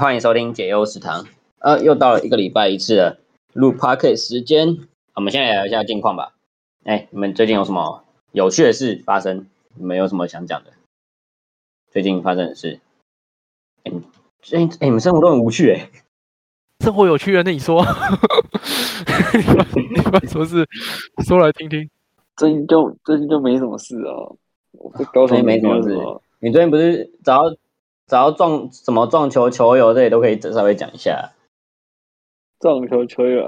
欢迎收听解忧食堂。又到了1个礼拜一次的录 Podcast 时间。我们现在聊一下近况吧。你们最近有什么有趣的事发生？你们有什么想讲的？最近发生的事？你们生活都很无趣生活有趣的，那你说，你把什么事说来听听？ 最近就没什么事哦。我在高雄没什么事。你最近不是找到撞球球友，这里都可以稍微讲一下。 撞球球友，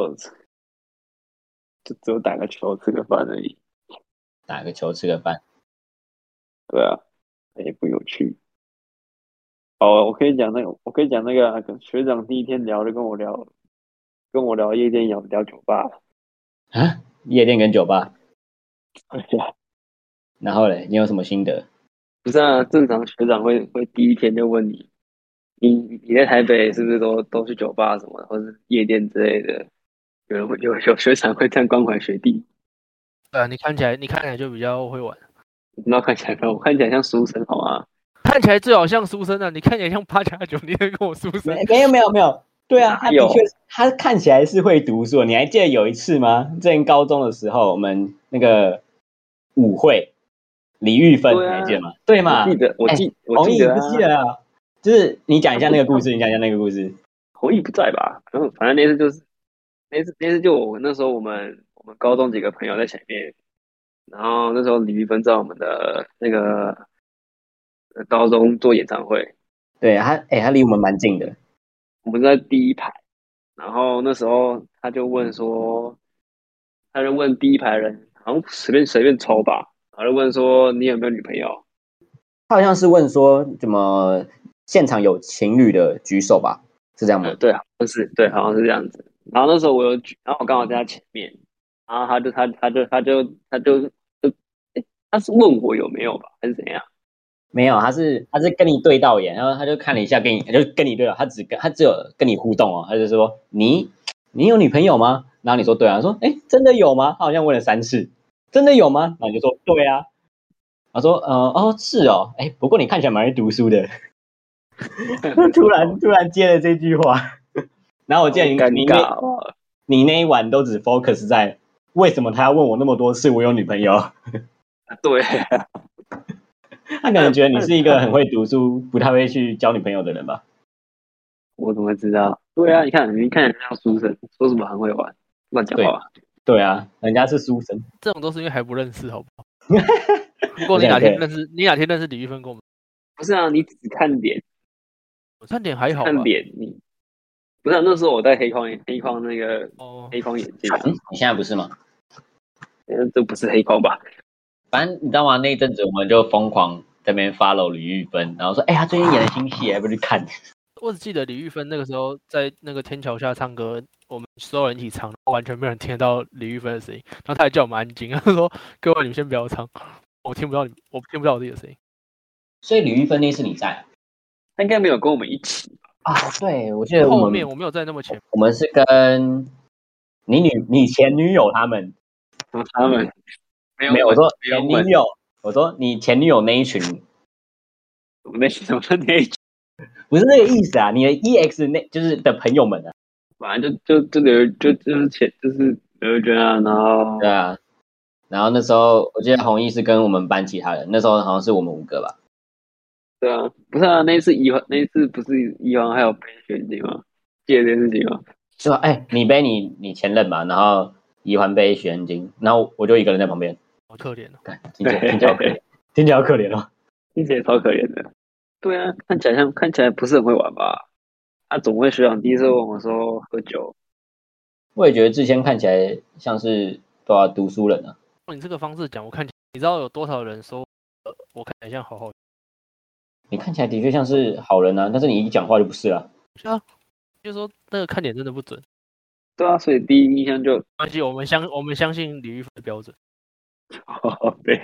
就只有打个球吃个饭而已。 打个球吃个饭。 对啊，也不有趣。哦，我可以讲那个，跟学长第一天聊的，跟我聊夜店，聊酒吧啊，夜店跟酒吧。 对呀。 然后嘞，你有什么心得？ 不是啊，正常学长会第一天就问你在台北是不是都去酒吧什么的，或是夜店之类的？有学长会这样关怀学弟。 你看起来就比较会玩。 那看起来我看起来像书生好吗？ 看起来最好像书生啊！你看起来像8+9，你能跟我书生？ 没有。对啊，他的确，他看起来是会读书。你还记得有一次吗？之前高中的时候，我们那个舞会，李玉芬，你还记得吗？对嘛？ 我记得不记得啊。就是你讲一下那个故事， 弘毅不在吧？反正那次就那时候我们高中几个朋友在前面，然后那时候李玉芬在我们的那个高中做演唱会。 对他离我们蛮近的， 我们在第一排，然后那时候他就问第一排人，好像随便抽吧，他就问说你有没有女朋友？ 他好像是问说怎么现场有情侣的举手吧，是这样吗？ 对，好像是这样子。然后那时候我我刚好在他前面，然后他是问我有没有吧，还是怎样？ 没有，他是跟你对到眼，然后他就看了一下，就跟你对到，他只有跟你互动哦，他就说你有女朋友吗？然后你说对啊，他说真的有吗？他好像问了3次，真的有吗？然后你就说对啊，他说是哦，不过你看起来蛮会读书的，突然接了这句话，然后我记得你那一晚都只 focus 在为什么他要问我那么多次我有女朋友？ 对。 他可能觉得你是一个很会读书，不太会去交女朋友的人吧？ 我怎么知道？对啊，你看起来像书生，说什么很会玩，乱讲话。 对啊，人家是书生， 这种都是因为还不认识，好不好？如果你哪天认识李玉芬，跟我们不是啊，你只看脸， 我看脸还好吧？ 看脸你不是啊，那时候我戴黑框那个黑框眼镜你现在不是吗？ 这不是黑框吧？ 反正你知道吗？那一阵子我们就疯狂在那边 follow 李玉芬，然后说他最近演的新戏，要不去看？ 我只记得李玉芬那个时候在那个天桥下唱歌，我们所有人一起唱，完全没有人听得到李玉芬的声音。然后他还叫我们安静，他说：“各位你们先不要唱，我听不到我自己的声音。” 所以李玉芬那次你在？ 他应该没有跟我们一起啊？对，我记得后面我没有在那么前面， 我们是跟你前女友他们没有，我说前女友，我说你前女友那一群， 我那群不是那个意思啊，你的 EX 那就是的朋友们啊， 反正就是刘娟啊，然后对啊，然后那时候我记得弘毅是跟我们班其他人，那时候好像是我们5个吧。 对啊，不是啊，那一次不是怡环还有背学弟吗？记得这件事情吗？ 是吧？你背你前任嘛，然后怡环背学生金，然后我就一个人在旁边， 好可怜哦， 听起来好可怜，听起来好可怜哦， 听起来超可怜的。对啊，看起来不是很会玩吧？总会学长第一次问我说喝酒， 我也觉得志谦看起来像是读书人啊。 用你这个方式讲，我看起来你知道有多少人说我看起来像好好？ 你看起来的确像是好人啊，但是你一讲话就不是了。 是啊，就是说那个看脸真的不准。 对啊，所以第一印象就关系，我们相信李玉芬的标准。 对。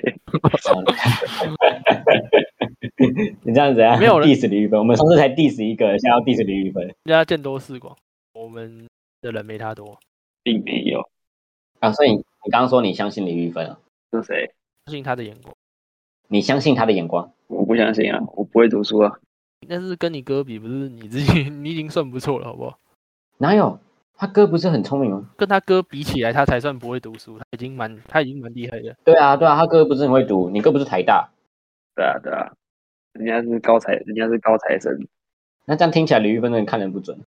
你这样子啊？ 没有人 diss 李玉芬，我们上次才 diss 一个，现在要 diss 李玉芬。 人家见多识广，我们的人没他多， 并没有啊。所以你刚刚说你相信李玉芬啊？ 是谁？ 相信他的眼光。 你相信他的眼光？ 我不相信啊，我不会读书啊。 但是跟你哥比，不是你自己，你已经算不错了，好不好？ 哪有？他哥不是很聪明吗？ 跟他哥比起来，他才算不会读书，他已经蛮厉害的。 对啊，对啊，他哥不是很会读，你哥不是台大， 对啊，对啊，人家是高材生。 那这样听起来李玉芬真的看人不准。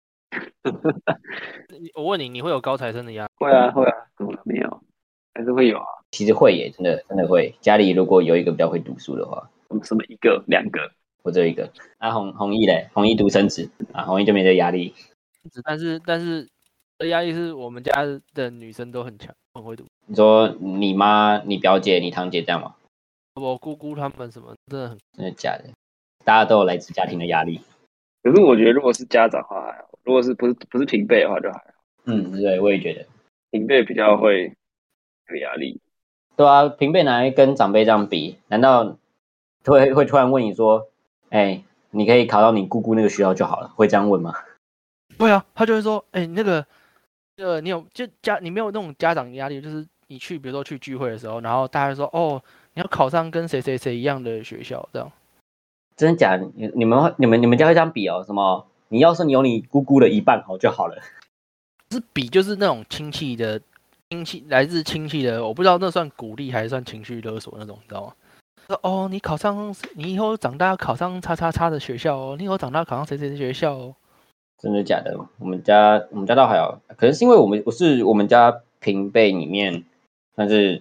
我问你，你会有高材生的压力？ 会啊，会啊，怎么没有？还是会有啊。 其实会耶，真的会。家里如果有一个比较会读书的话， 什么一个两个？ 我只有一个。啊，弘毅嘞，弘毅独生子啊，弘毅就没这压力。 但是压力是我们家的女生都很强，很会读。 你说你妈、你表姐、你堂姐这样吗？ 我姑姑他们什么真的很真的假的？大家都有来自家庭的压力。 可是我觉得，如果是家长的话还好，如果是不是平辈的话就还好。 嗯，对，我也觉得。 平辈比较会有压力。 对啊，平辈拿来跟长辈这样比，难道会突然问你说，哎，你可以考到你姑姑那个学校就好了？会这样问吗？ 对啊，他就会说，哎，那个你有你没有那种家长压力，就是你去比如说去聚会的时候，然后大家说，哦，你要考上跟谁谁谁一样的学校，这样。 真的假的？你们家会这样比哦？什么？你要是你有你姑姑的一半好就好了。 是比就是那种来自亲戚的，我不知道那算鼓励还是算情绪勒索那种，你知道吗？说哦，你以后长大要考上叉叉叉的学校哦，你以后长大考上谁谁的学校哦。 真的假的？我们家倒还好，可能是因为我们家平辈里面算是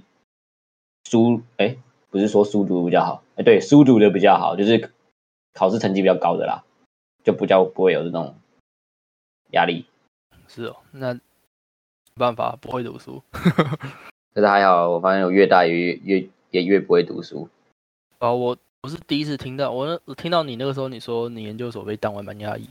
不是说书读比较好，对，书读的比较好，就是考试成绩比较高的啦，就不会有这种压力。 是哦，那没办法，不会读书。 可是还好，我发现我越大也越不会读书。 我是第一次听到，我听到你那个时候你说你研究所被当，我蛮压抑。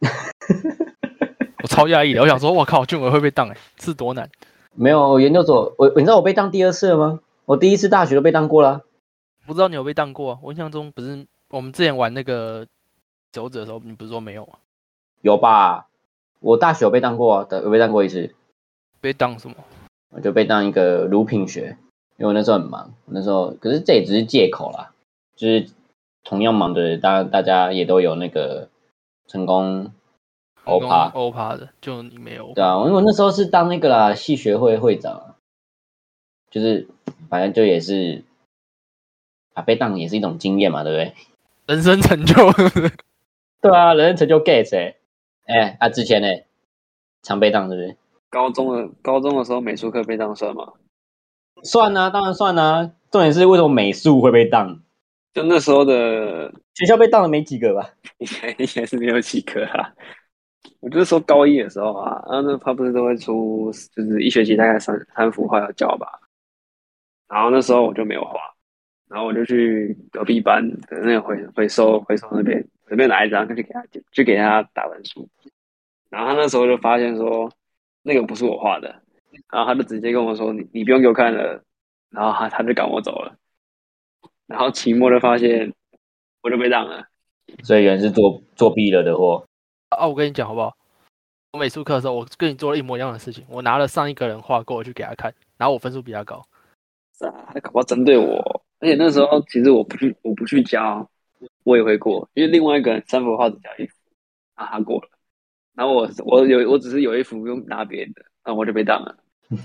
我超压抑的，我想说，我靠，俊伟会被当是多难？ 没有研究所，你知道我被当第二次了吗？我第一次大学都被当过了。 不知道你有被当过啊？我印象中不是我们之前玩那个九子的时候，你不是说没有吗？ 有吧？我大学有被当过啊，有被当过一次。 被当什么？ 我就被当一个乳品学，因为我那时候很忙，那时候可是这也只是借口啦，就是同样忙的人，大家也都有那个成功欧趴的，就你没有。 对啊，因为我那时候是当那个啦系学会会长，就是反正就也是被当也是一种经验嘛，对不对？ 人生成就。 对啊，人生成就 get 之前呢常被当是不是？ 高中的时候美术课被当算吗？ 算啊，当然算啊。重点是为什么美术会被当？ 就那时候的学校被当的没几个吧？ 应该是没有几个啊。我就是说高一的时候啊，那他不是都会出，就是一学期大概三幅画要交吧。然后那时候我就没有画，然后我就去隔壁班的那个回收那边随便拿一张就给他打分数。然后他那时候就发现说那个不是我画的，然后他就直接跟我说你不用给我看了，然后他就赶我走了。然后期末就发现我就被当了。 所以原来是作弊了的货。 我跟你讲好不好？我美术课的时候，我跟你做了一模一样的事情，我拿了上一个人画过去给他看，然后我分数比他高。 是啊，他搞不好针对我。而且那时候其实我不去交，我也会过，因为另外一个人三幅画只交一幅，啊，他过了。然后我只是有一幅用拿别人的，然后我就被当了。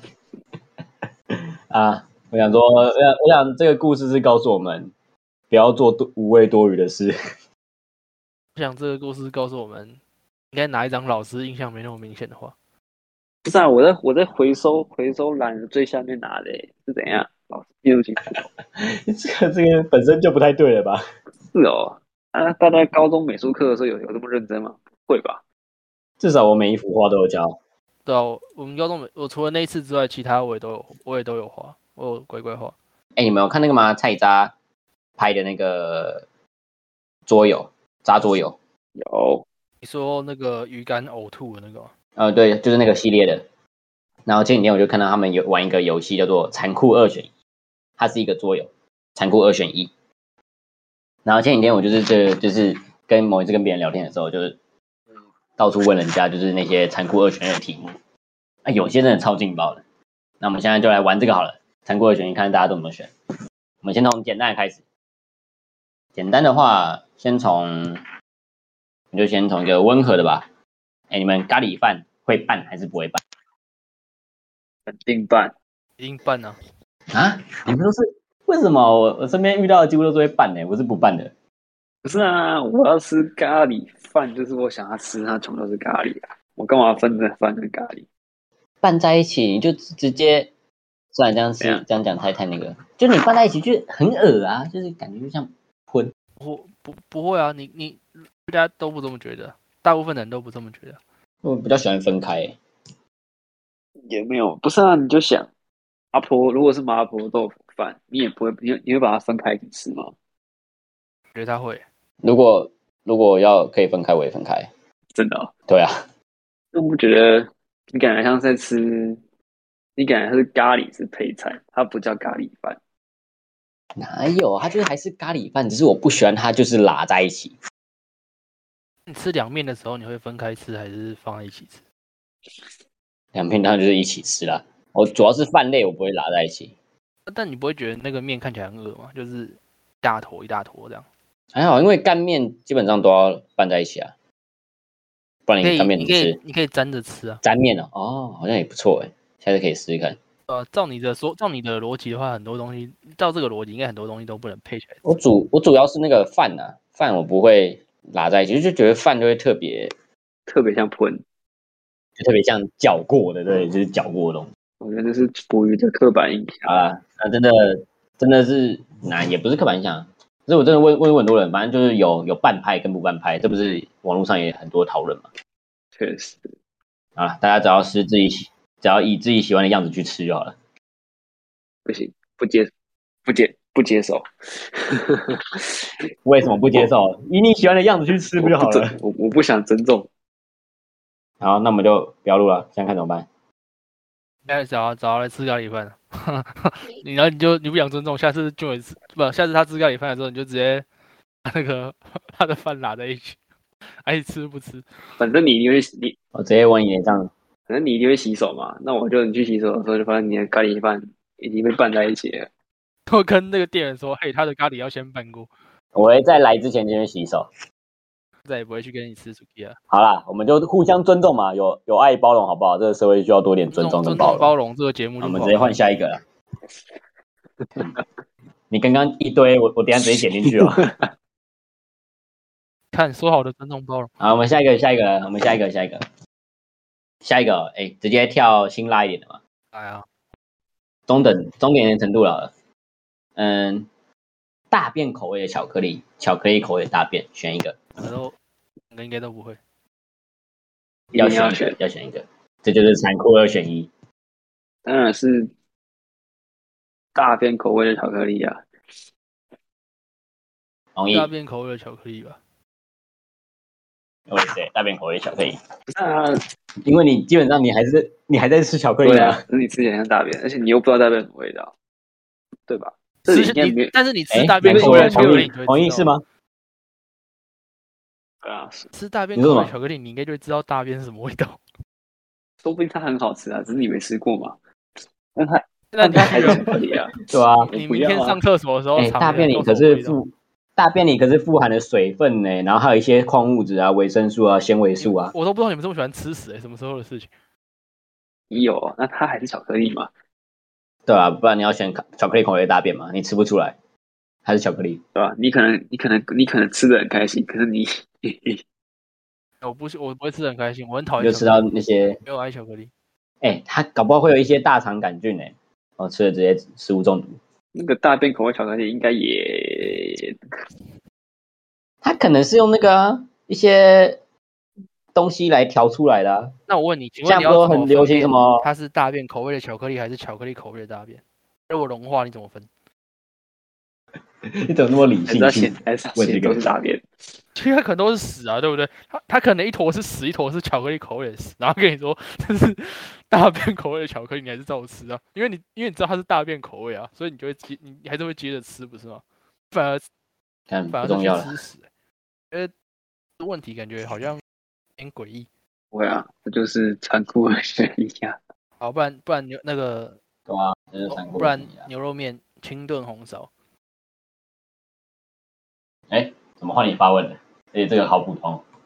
我想说，我想这个故事是告诉我们，不要做无谓多余的事。 我想这个故事告诉我们，应该拿一张老师印象没那么明显的画。 不是啊，我在回收栏的最下面拿的，是怎样？老师记不清楚。 这个本身就不太对了吧？ 是哦，大家高中美术课的时候有这么认真吗？不会吧？ 至少我每一幅画都有教。 对啊，我们高中我除了那一次之外，其他我也都有画，我有乖乖画。 你们有看那个吗？蔡渣拍的那个渣桌游？ 有。 你说那个鱼竿呕吐的那个吗？ 对，就是那个系列的。然后前几天我就看到他们玩一个游戏，叫做残酷2选1，它是一个桌游，残酷2选1。然后前几天我就是跟某一次跟别人聊天的时候，就是到处问人家，就是那些残酷2选1的题目，有些真的超劲爆的。那我们现在就来玩这个好了，残酷2选1，看大家都怎么选。我们先从简单的开始。简单的话，先从你就先从一个温和的吧。你们咖喱饭会拌还是不会拌？ 肯定拌。 一定拌啊！ 啊？你们都是为什么？我身边遇到的几乎都是会拌的，我是不拌的。 不是啊，我要吃咖喱饭，就是我想要吃它全都是咖喱啊，我干嘛分着饭跟咖喱？ 拌在一起你就直接，虽然这样怎样是这样讲太那个，就你拌在一起就很恶啊，就是感觉就像喷。 不会啊，你大家都不这么觉得，大部分人都不这么觉得。 我比较喜欢分开。 也没有，不是啊，你就想，如果是麻婆豆腐饭，你也不会，你会把它分开一起吃吗？ 觉得他会， 如果要可以分开，我也分开。 真的、哦， 对啊， 那我不觉得你感觉像在吃，你感觉它是咖喱是配菜，它不叫咖喱饭。 哪有？它就是还是咖喱饭，只是我不喜欢它就是拉在一起。 你吃凉面的时候，你会分开吃还是放在一起吃？ 两片当然就是一起吃啦。我主要是饭类，我不会拉在一起。 但你不会觉得那个面看起来很恶吗？就是一大坨一大坨这样。 还好，因为干面基本上都要拌在一起啊，不然你干面怎么吃？ 你可以沾着吃啊。 沾面哦，好像也不错哎，下次可以试试看。 照你的逻辑的话，很多东西照这个逻辑，应该很多东西都不能配起来吃。 我主要是那个饭啊，饭我不会拉在一起，就觉得饭就会特别像喷， 就特别像搅过的，对，就是搅过的东西。 我觉得这是捕鱼的刻板印象。 好啦，那真的是也不是刻板印象啊，可是我真的问过很多人，反正就是有半拍跟不半拍，这不是网络上也很多讨论嘛。 确实， 啊，大家只要以自己喜欢的样子去吃就好了。 不行，不接受。 为什么不接受？以你喜欢的样子去吃不就好了？ 我不想尊重。 好，那我们就不要录了，想想看怎么办？ 现在找来吃咖喱饭，然后你不想尊重，下次就有下次他吃咖喱饭的时候，你就直接把那个他的饭拉在一起，爱吃不吃。 反正你我直接往你脸上。 反正你一定会洗手嘛。那你去洗手的时候，就发现你的咖喱饭已经被拌在一起了。 我跟那个店员说，嘿，他的咖喱要先拌过， 我会在来之前先去洗手。 再也不会去跟你吃薯条。 好啦，我们就互相尊重嘛，有爱包容好不好？这个社会需要多点尊重跟包容。 这个节目就我们直接换下一个了。你刚刚一堆，我等一下直接剪进去哦。 看说好的尊重包容。 好，我们下一个，直接跳辛辣一点的嘛。 哎呀， 中点的程度了。大便口味的巧克力口味的大便，选一个。 应该都不会。 要选一个，这就是残酷2选1。 当然是大便口味的巧克力啊。 同意。 大便口味的巧克力吧。 我也是大便口味的巧克力。 啊， 因为你基本上你还在吃巧克力对啊，你吃起来像大便，而且你又不知道大便什么味道，对吧？ 但是你吃大便口味的巧克力， 同意是吗？ 对啊， 吃大便口味的巧克力，你应该就会知道大便是什么味道。 说不定它很好吃啊，只是你没吃过嘛。 那你还是巧克力啊？ 对啊， 你明天上厕所的时候， 大便里可是富含了水分呢，然后还有一些矿物质啊、维生素啊、纤维素啊。 我都不知道你们这么喜欢吃屎什么时候的事情？ 有，那它还是巧克力嘛？ 对啊，不然你要选巧克力口味的大便嘛？你吃不出来，还是巧克力， 对吧？你可能吃的很开心，可是你我不会吃的很开心，我很讨厌。 就吃到那些没有爱巧克力。 它搞不好会有一些大肠杆菌吃了直接食物中毒。 那个大便口味巧克力应该也， 它可能是用那个一些东西来调出来的啊。 那我问你，请问你要怎么很流行什么？它是大便口味的巧克力，还是巧克力口味的大便？如果融化，你怎么分？ 你怎么那么理性？ 还是写都是大便？ 其实它可能都是屎啊，对不对？它可能一坨是屎，一坨是巧克力口味的屎，然后跟你说这是大便口味的巧克力，你还是照吃啊？因为你知道它是大便口味啊，所以你就会你还是会接着吃，不是吗？反而不重要了。 吃屎，因为问题感觉好像有点诡异。 不会啊，这就是残酷的选一啊。 好，不然那个对啊，这是残酷的。 不然牛肉面清炖红烧。 怎么换你发问了？而且这个好普通。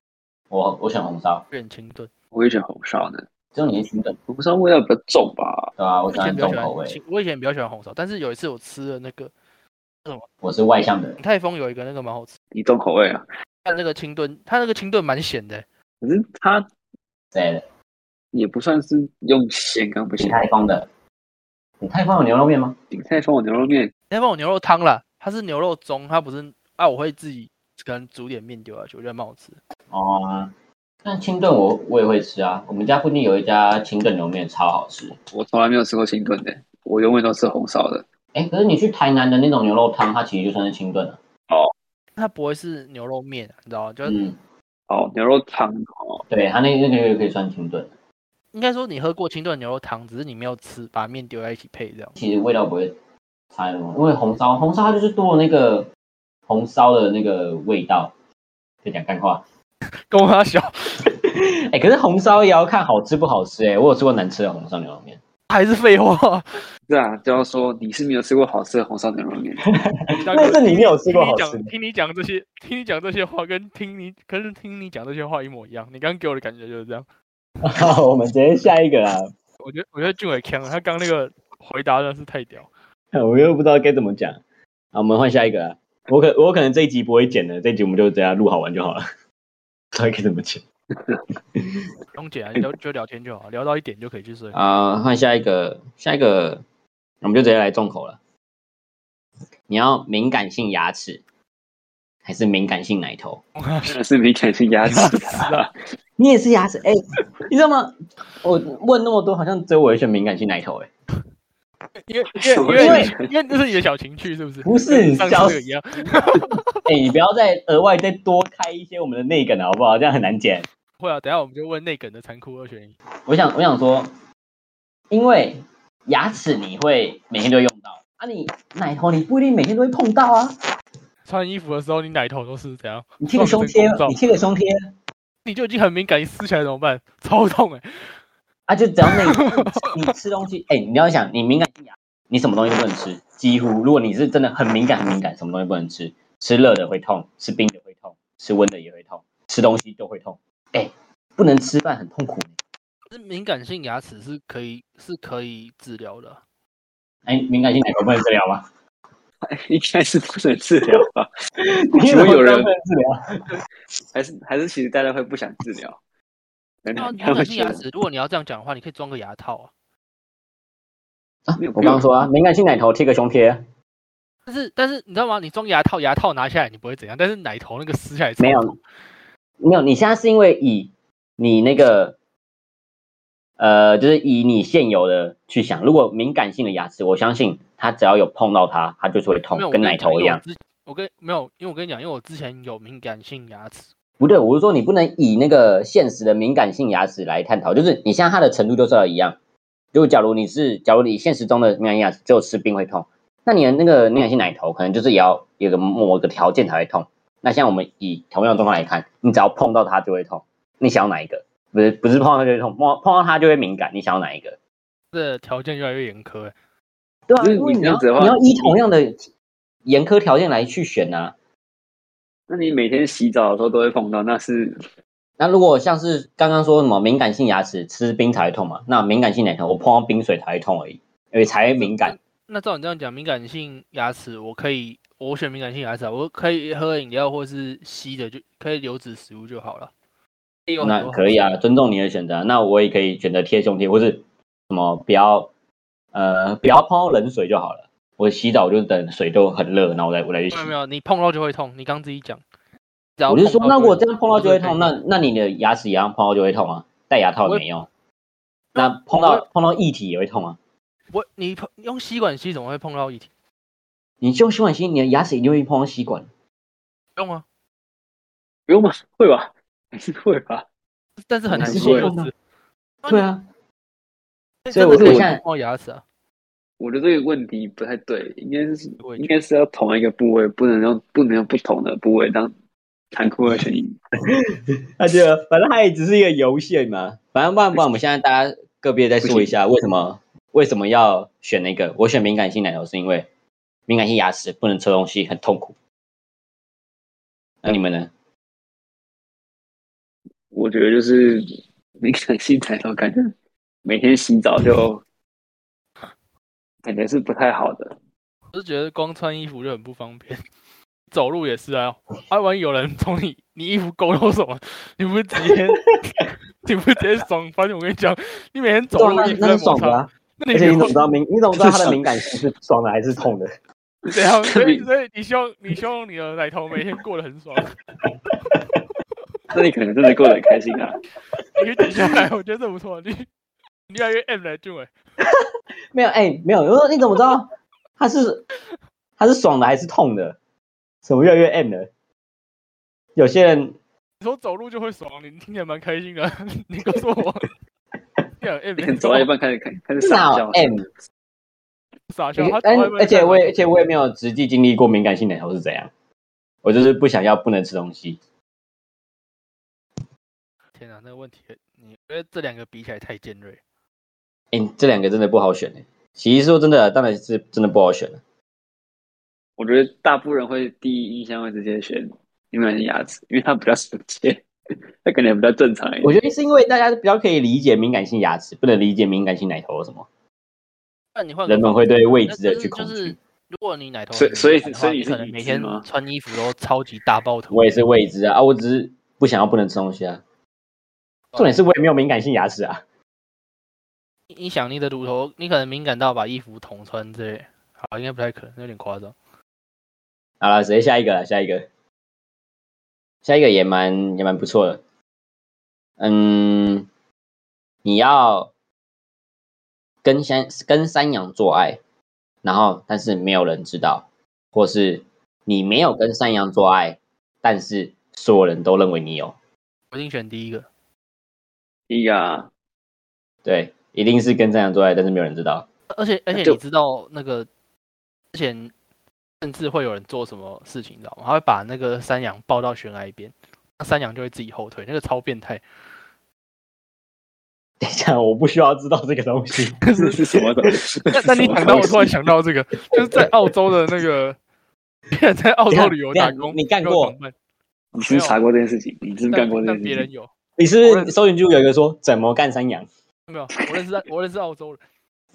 我选红烧， 变清炖。 我也选红烧的， 只有你是清炖， 红烧味道比较重吧？ 对吧？我我以前喜欢比较喜欢重口味， 我以前比较喜欢红烧，但是有一次我吃了那个我是外向的人。 鼎泰丰有一个那个蛮好吃， 你重口味啊？ 它那个清炖，它那个清炖蛮咸的， 可是它对的， 也不算是用咸刚不鼎咸。 泰丰的，鼎泰丰有牛肉面吗？ 鼎泰丰有牛肉面， 鼎泰丰有牛肉汤啦，它是牛肉盅，它不是我会自己可能煮点面丢下去，我觉得蛮好吃。 哦，但清炖我也会吃啊，我们家附近有一家清炖牛肉面超好吃。 我从来没有吃过清炖的，我永远都吃红烧的。 哎，可是你去台南的那种牛肉汤，它其实就算是清炖了。 它不会是牛肉面，你知道吗？就是牛肉汤哦， 对，它那个就可以算清炖。 应该说你喝过清炖牛肉汤，只是你没有吃，把面丢在一起配这样。 其实味道不会差那么多，因为红烧它就是多了那个红烧的那个味道。在讲干话， 跟我小哎，可是红烧也要看好吃不好吃哎，我有吃过难吃的红烧牛肉面。 还是废话， 是啊，就要说你是没有吃过好吃的红烧牛肉面。 那是你没有吃过好吃的。 听你讲这些话，跟听你讲这些话一模一样。你刚刚给我的感觉就是这样。 好，我们直接下一个啦。 我觉得俊伟强，他刚那个回答的是太屌。 我又不知道该怎么讲。好，我们换下一个啦。我可能这一集不会剪的，这一集我们就这样录好玩就好了。不知道该怎么剪。 不用剪啊，就聊天就好，聊到一点就可以去睡。 换下一个，我们就直接来重口了。你要敏感性牙齿，还是敏感性奶头？ 当然是敏感性牙齿啊。 你也是牙齿哎，你知道吗？我问那么多，好像只有我会选敏感性奶头哎。 因为这是你的小情趣是不是？ 不是上次这个一样。 哎，你不要再额外再多开一些我们的内梗了好不好？这样很难剪。 会啊，等一下我们就问内梗的残酷2选1。 我想说，因为牙齿你会每天都会用到啊，你奶头你不一定每天都会碰到啊。 穿衣服的时候，你奶头都是怎样？ 你贴个胸贴， 你就已经很敏感，你撕起来怎么办？超痛哎！ 啊，就只要你吃东西，哎，你要想，你敏感性牙，你什么东西都不能吃，几乎如果你是真的很敏感，什么东西不能吃，吃热的会痛，吃冰的会痛，吃温的也会痛，吃东西就会痛。哎，不能吃饭很痛苦。 可是敏感性牙齿是可以治疗的。 哎，敏感性奶头不能治疗吗？ 应该是不能治疗吧？ 请问有人不能治疗？还是其实大家会不想治疗？ 敏感性牙齿，如果你要这样讲的话，你可以装个牙套啊。我刚刚说啊，敏感性奶头贴个胸贴。 但是你知道吗？你装牙套拿下来你不会怎样，但是奶头那个撕下来没有，你现在是因为以你那个就是以你现有的去想，如果敏感性的牙齿，我相信它只要有碰到它就是会痛，跟奶头一样。 因为我跟你讲，因为我之前有敏感性牙齿。 不对，我是说你不能以那个现实的敏感性牙齿来探讨，就是你现在它的程度就是要一样。就假如你现实中的敏感性牙齿只有吃冰会痛，那你的那个敏感性奶头可能就是也要有个某个条件才会痛。那像我们以同样的状况来看，你只要碰到它就会痛，你想要哪一个？不是碰到它就会痛，碰到它就会敏感，你想要哪一个？ 这条件越来越严苛哎。 对啊，因为你要依同样的严苛条件来去选啊。 那你每天洗澡的时候都会碰到， 那如果像是刚刚说什么敏感性牙齿吃冰才会痛嘛？那敏感性奶头我碰到冰水才会痛而已，因为才会敏感。 那照你这样讲，敏感性牙齿我选敏感性牙齿，我可以喝饮料或是吸的，就可以流质食物就好了。 那可以啊，尊重你的选择。那我也可以选择贴胸贴，或是什么不要碰到冷水就好了。我洗澡就等水都很热，然后我再去洗。 没有，你碰到就会痛。你刚自己讲。 我是说，那如果这样碰到就会痛，那你的牙齿一样碰到就会痛啊，戴牙套也没用。那碰到液体也会痛啊。 你用吸管吸怎么会碰到液体？ 你用吸管吸，你的牙齿一定会碰到吸管。 不用吗？ 不用吗？会吧？还是会吧？ 但是很难吸。 对啊。 所以我现在碰到牙齿啊。 我的这个问题不太对，应该是要同一个部位，不能用不同的部位当残酷2选1。 他觉得反正它也只是一个游戏嘛，反正不然我们现在大家个别再说一下为什么要选那个？我选敏感性奶头是因为敏感性牙齿不能吃东西很痛苦。那你们呢？ 我觉得就是敏感性抬头，感觉每天洗澡就感觉是不太好的。 我是觉得光穿衣服就很不方便，走路也是啊。万一有人从你衣服勾到什么，你不是直接爽翻？我跟你讲，你每天走路衣服那在摩擦， 是爽的啊。而且你怎么知道它的敏感性是爽的还是痛的？ 对啊，所以你希望你的奶头每天过得很爽。 那你可能真的过得很开心啊。 你可以停下来，我觉得这不错。你越来越 M 了，俊伟。 没有没有，我说你怎么知道它是爽的还是痛的？什么越来越 M 了？有些人你说走路就会爽，你听起来蛮开心的。你告诉我，你很 M， 你走到一半开始傻笑 M 傻笑。 而且我也没有实际经历过敏感性奶头是怎样，我就是不想要不能吃东西。 天哪，那个问题，你觉得这两个比起来太尖锐？ 这两个真的不好选。其实说真的，当然是真的不好选。 我觉得大部分人会第一印象会直接选敏感性牙齿，因为它比较直接，它感觉比较正常一点。 我觉得是因为大家比较可以理解敏感性牙齿，不能理解敏感性奶头什么。 那你换人们会对未知的去恐惧。 就是如果你奶头， 所以你可能每天穿衣服都超级大爆头。 我也是未知啊，我只是不想要不能吃东西啊。重点是我也没有敏感性牙齿啊。 你想你的乳头，你可能敏感到把衣服捅穿之类，好，应该不太可能，有点夸张。 好了，直接下一个也蛮不错的。你要跟山羊做爱，然后但是没有人知道，或是你没有跟山羊做爱，但是所有人都认为你有。 我一定选第一个。 第一个啊， 对，一定是跟山羊做爱，但是没有人知道。 而且你知道那个之前甚至会有人做什么事情，你知道吗？他会把那个山羊抱到悬崖一边，那山羊就会自己后退，那个超变态。 等一下，我不需要知道这个东西是什么东西。 那你讲到我突然想到这个，就是在澳洲的那个，在澳洲旅游打工， 你干过？ 你是不是查过这件事情？你是不是干过这件事情？ 别人有。 你是不是搜寻记录有一个说怎么干山羊？ 没有，我认识澳洲人。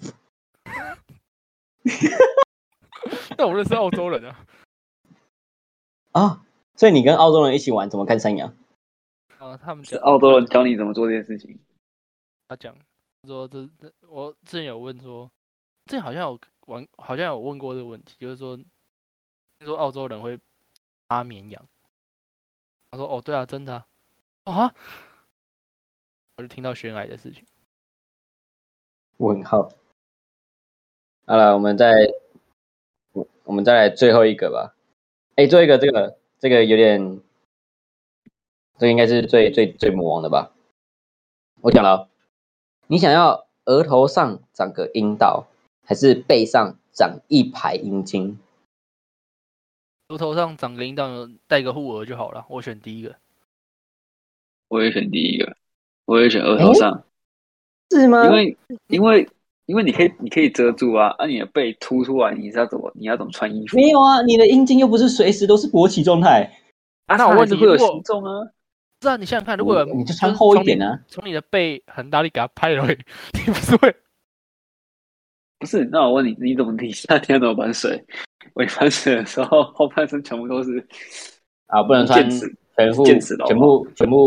但我认识澳洲人啊。 啊，所以你跟澳洲人一起玩怎么看山羊？ 他们是澳洲人教你怎么做这件事情。 他讲说我之前有问说，之前好像有问过这个问题，就是说澳洲人会杀绵羊。他说哦对啊，真的啊，我就听到悬崖的事情。 问号。好了，我们再来最后一个吧。最后一个这个有点，这个应该是最魔王的吧？我讲了，你想要额头上长个阴道，还是背上长一排阴茎？ 额头上长个阴道，带个护额就好了。我选第一个。 我也选第一个，我也选额头上。 是吗？ 因为你可以遮住啊，你的背凸出来，你要怎么穿衣服？ 没有啊，你的阴茎又不是随时都是勃起状态啊。那我问你会有形状啊？ 是啊，你想想看，如果你就穿厚一点啊， 从你的背很大力给它拍了，你不是会？ 不是，那我问你，你夏天怎么玩水？我玩水的时候，后半身全部都是啊，不能穿全部。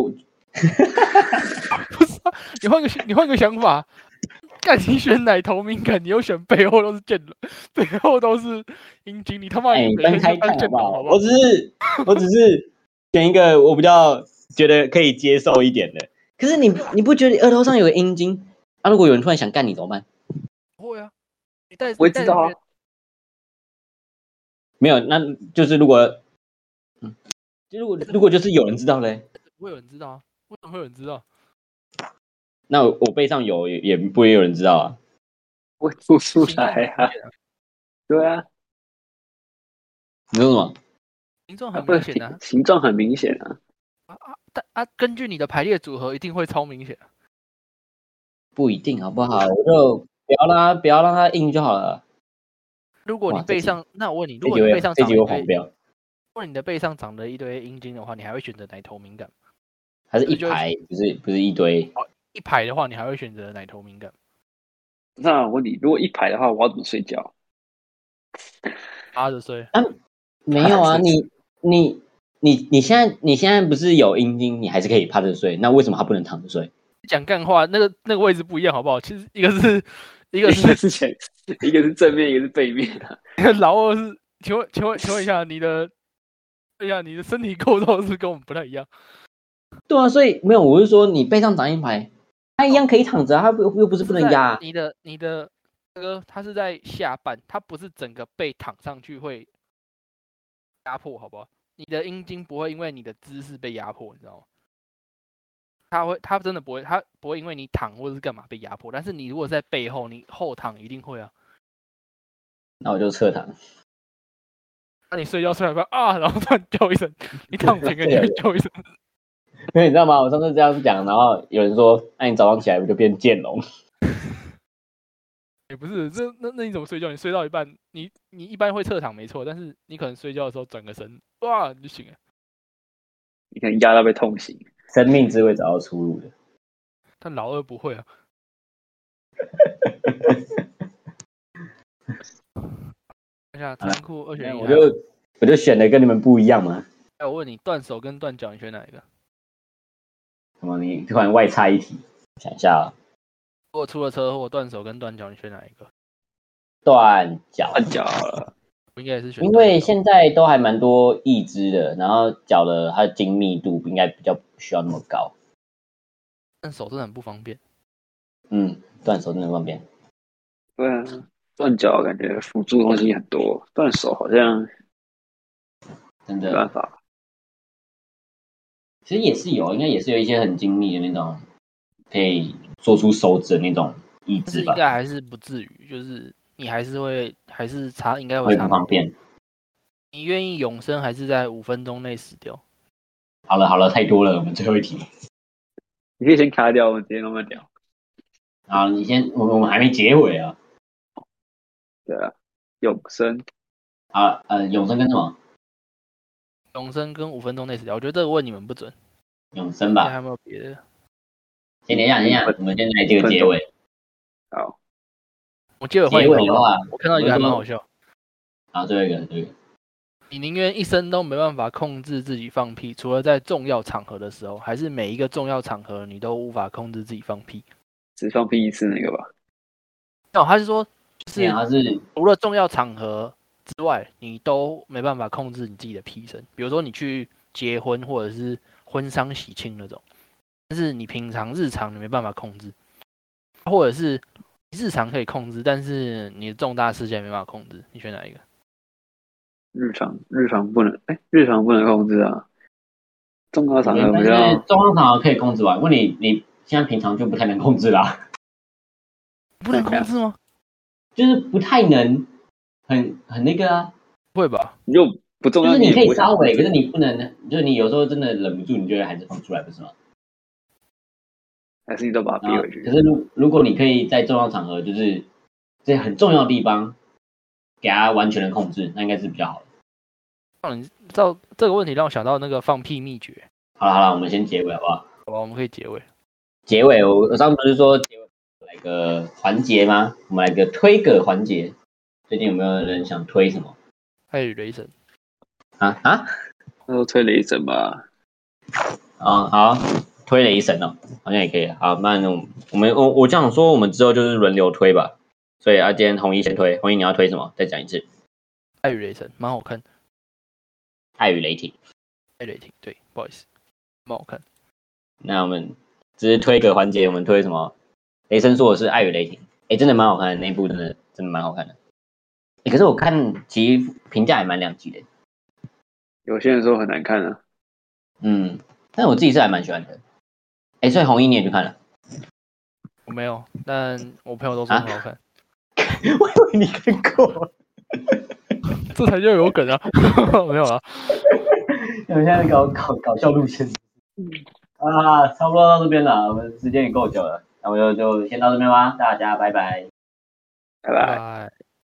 不是啊，你换个想法，干你选奶头敏感，你又选背后都是剑人，背后都是阴茎，你他妈你分开看好不好？我只是选一个我比较觉得可以接受一点的。可是你不觉得额头上有个阴茎？如果有人突然想干你怎么办？ 不会啊， 我也知道啊。 没有，那就是如果就是有人知道嘞， 不会有人知道啊？为什么会有人知道？ 那我背上有也不会有人知道啊。 会凸出来啊。对啊。 你说什么？ 形状很明显啊。 形状很明显啊。 根据你的排列组合，一定会超明显。 不一定好不好？我就不要让它硬就好了。 如果你背上，那我问你，如果你背上长了一堆，如果你的背上长了一堆阴茎的话，你还会选择奶头敏感？ 还是一排，不是一堆。 哦，一排的话，你还会选择奶头敏感？ 那我问你，如果一排的话，我要怎么睡觉？ 趴着睡？ 没有啊，你现在不是有阴茎，你还是可以趴着睡，那为什么他不能躺着睡？ 讲干话，那个位置不一样，好不好？其实一个是一个是前，一个是正面，一个是背面啊。 老二是，请问一下，你的身体构造是跟我们不太一样。 对啊，所以没有，我是说你背上长一排，他一样可以躺着啊，他又不是不能压。 你的这个他是在下半，他不是整个背躺上去会压迫，好不好？你的阴茎不会因为你的姿势被压迫，你知道吗？他真的不会，他不会因为你躺或者是干嘛被压迫，但是你如果在背后，你后躺一定会啊。 那我就侧躺。 那你睡觉睡到一半啊，然后突然叫一声，你躺平了你会叫一声。 因为你知道吗？我上次这样讲，然后有人说，那你早上起来不就变剑龙？ 也不是，那你怎么睡觉？你睡到一半，你一般会侧躺没错，但是你可能睡觉的时候转个身，哇，你就醒了。 你可能压到被痛醒。 生命是会找到出路的。 但老二不会啊。看一下残酷2选1， 我就选的跟你们不一样嘛。 我问你，断手跟断脚，你选哪一个？ 什么？你突然外插一题，想一下啊。 如果出了车祸，断手跟断脚，你选哪一个？ 断脚。 断脚了。 我应该也是选。 因为现在都还蛮多义肢的，然后脚的它的精密度应该比较不需要那么高。 断手真的很不方便。 断手真的很方便。 对啊，断脚感觉辅助东西很多，断手好像真的没办法。 其实也是有，应该也是有一些很精密的那种，可以做出手指的那种义肢吧。 应该还是不至于，就是你还是差，应该会不方便。 你愿意永生还是在5分钟内死掉？ 好了，太多了，我们最后一题。 你可以先卡掉，我们直接慢慢聊。 好，你先，我们还没结尾啊。 对啊，永生。 好，永生跟什么？ 永生跟5分钟内死掉，我觉得这个问你们不准。 永生吧。 还有没有别的？ 先等一下，我们现在这个结尾。 好， 我结尾换一个的话，我看到一个还蛮好笑。 好，最后一个。 你宁愿一生都没办法控制自己放屁，除了在重要场合的时候，还是每一个重要场合你都无法控制自己放屁？ 只放屁一次那个吧。 他是说，就是除了重要场合之外，你都没办法控制你自己的屁声。比如说你去结婚或者是婚丧喜庆那种，但是你平常日常你没办法控制，或者是日常可以控制，但是你的重大事件没办法控制，你选哪一个？ 日常不能，日常不能控制啊。重要场合比较， 重要场合可以控制吧？问你现在平常就不太能控制啦。 不能控制吗？ 就是不太能，很那个啊。 不会吧？ 你就不重要， 就是你可以稍微，可是你不能，就是你有时候真的忍不住，你就会还是放出来，不是吗？ 还是你都把它逼回去？ 可是如果你可以在重要场合，就是在很重要的地方，给它完全的控制，那应该是比较好的。 你知道这个问题让我想到那个放屁秘诀。 好了，我们先结尾好不好？ 好吧，我们可以结尾。 结尾，我上次不是说结尾来个环节吗？我们来个推个环节。最近有没有人想推什么？ 爱与雷神那就推雷神吧。 好，推雷神哦，好像也可以。好，那我这样说，我们之后就是轮流推吧。所以今天弘一先推，弘一你要推什么？再讲一次。 爱与雷神蛮好看。 爱与雷霆。 爱雷霆，对，不好意思，蛮好看。 那我们只是推个环节，我们推什么？雷神说的是爱与雷霆，真的蛮好看的，那一部真的蛮好看的。可是我看其实评价也蛮两极的。 有些人说很难看啊。 但我自己是还蛮喜欢的。所以弘一你也去看了？ 我没有，但我朋友都说很好看。 我以为你看过。 这才叫有梗啊！没有啊。 我们现在搞笑路线。差不多到这边了，我们时间也够久了，那我就先到这边吧，大家拜拜。 拜拜。